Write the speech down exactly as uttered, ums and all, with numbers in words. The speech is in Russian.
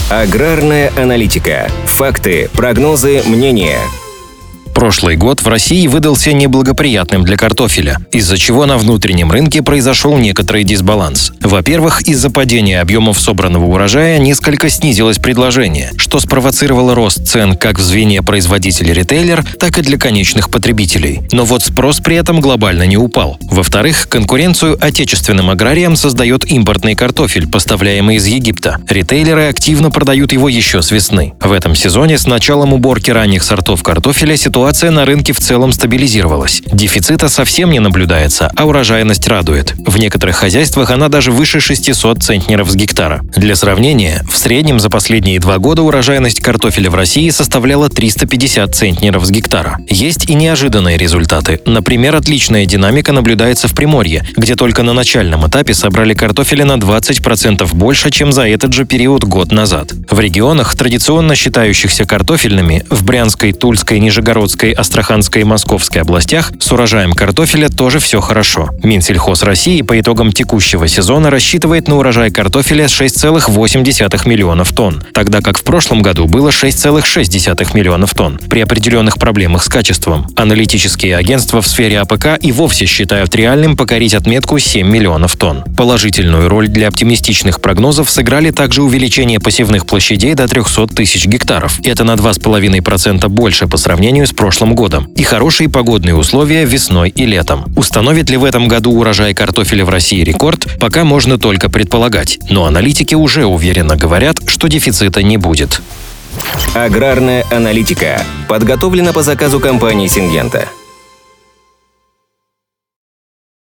Аграрная аналитика. Факты, прогнозы, мнения. Прошлый год в России выдался неблагоприятным для картофеля, из-за чего на внутреннем рынке произошел некоторый дисбаланс. Во-первых, из-за падения объемов собранного урожая несколько снизилось предложение, что спровоцировало рост цен как в звене производитель-ритейлер, так и для конечных потребителей. Но вот спрос при этом глобально не упал. Во-вторых, конкуренцию отечественным аграриям создает импортный картофель, поставляемый из Египта. Ритейлеры активно продают его еще с весны. В этом сезоне с началом уборки ранних сортов картофеля ситуация Ситуация на рынке в целом стабилизировалась. Дефицита совсем не наблюдается, а урожайность радует. В некоторых хозяйствах она даже выше шестисот центнеров с гектара. Для сравнения, в среднем за последние два года урожайность картофеля в России составляла триста пятьдесят центнеров с гектара. Есть и неожиданные результаты. Например, отличная динамика наблюдается в Приморье, где только на начальном этапе собрали картофеля на двадцать процентов больше, чем за этот же период год назад. В регионах, традиционно считающихся картофельными, в Брянской, Тульской, Нижегородской, Астраханской и Московской областях с урожаем картофеля тоже все хорошо. Минсельхоз России по итогам текущего сезона рассчитывает на урожай картофеля шесть целых восемь десятых миллионов тонн, тогда как в прошлом году было шесть целых шесть десятых миллионов тонн. При определенных проблемах с качеством аналитические агентства в сфере АПК и вовсе считают реальным покорить отметку семь миллионов тонн. Положительную роль для оптимистичных прогнозов сыграли также увеличение посевных площадей до трехсот тысяч гектаров. Это на два целых пять десятых процента больше по сравнению с прошлым годом, и хорошие погодные условия весной и летом. Установит ли в этом году урожай картофеля в России рекорд, пока можно только предполагать, но аналитики уже уверенно говорят, что дефицита не будет. Аграрная аналитика подготовлена по заказу компании «Сингента».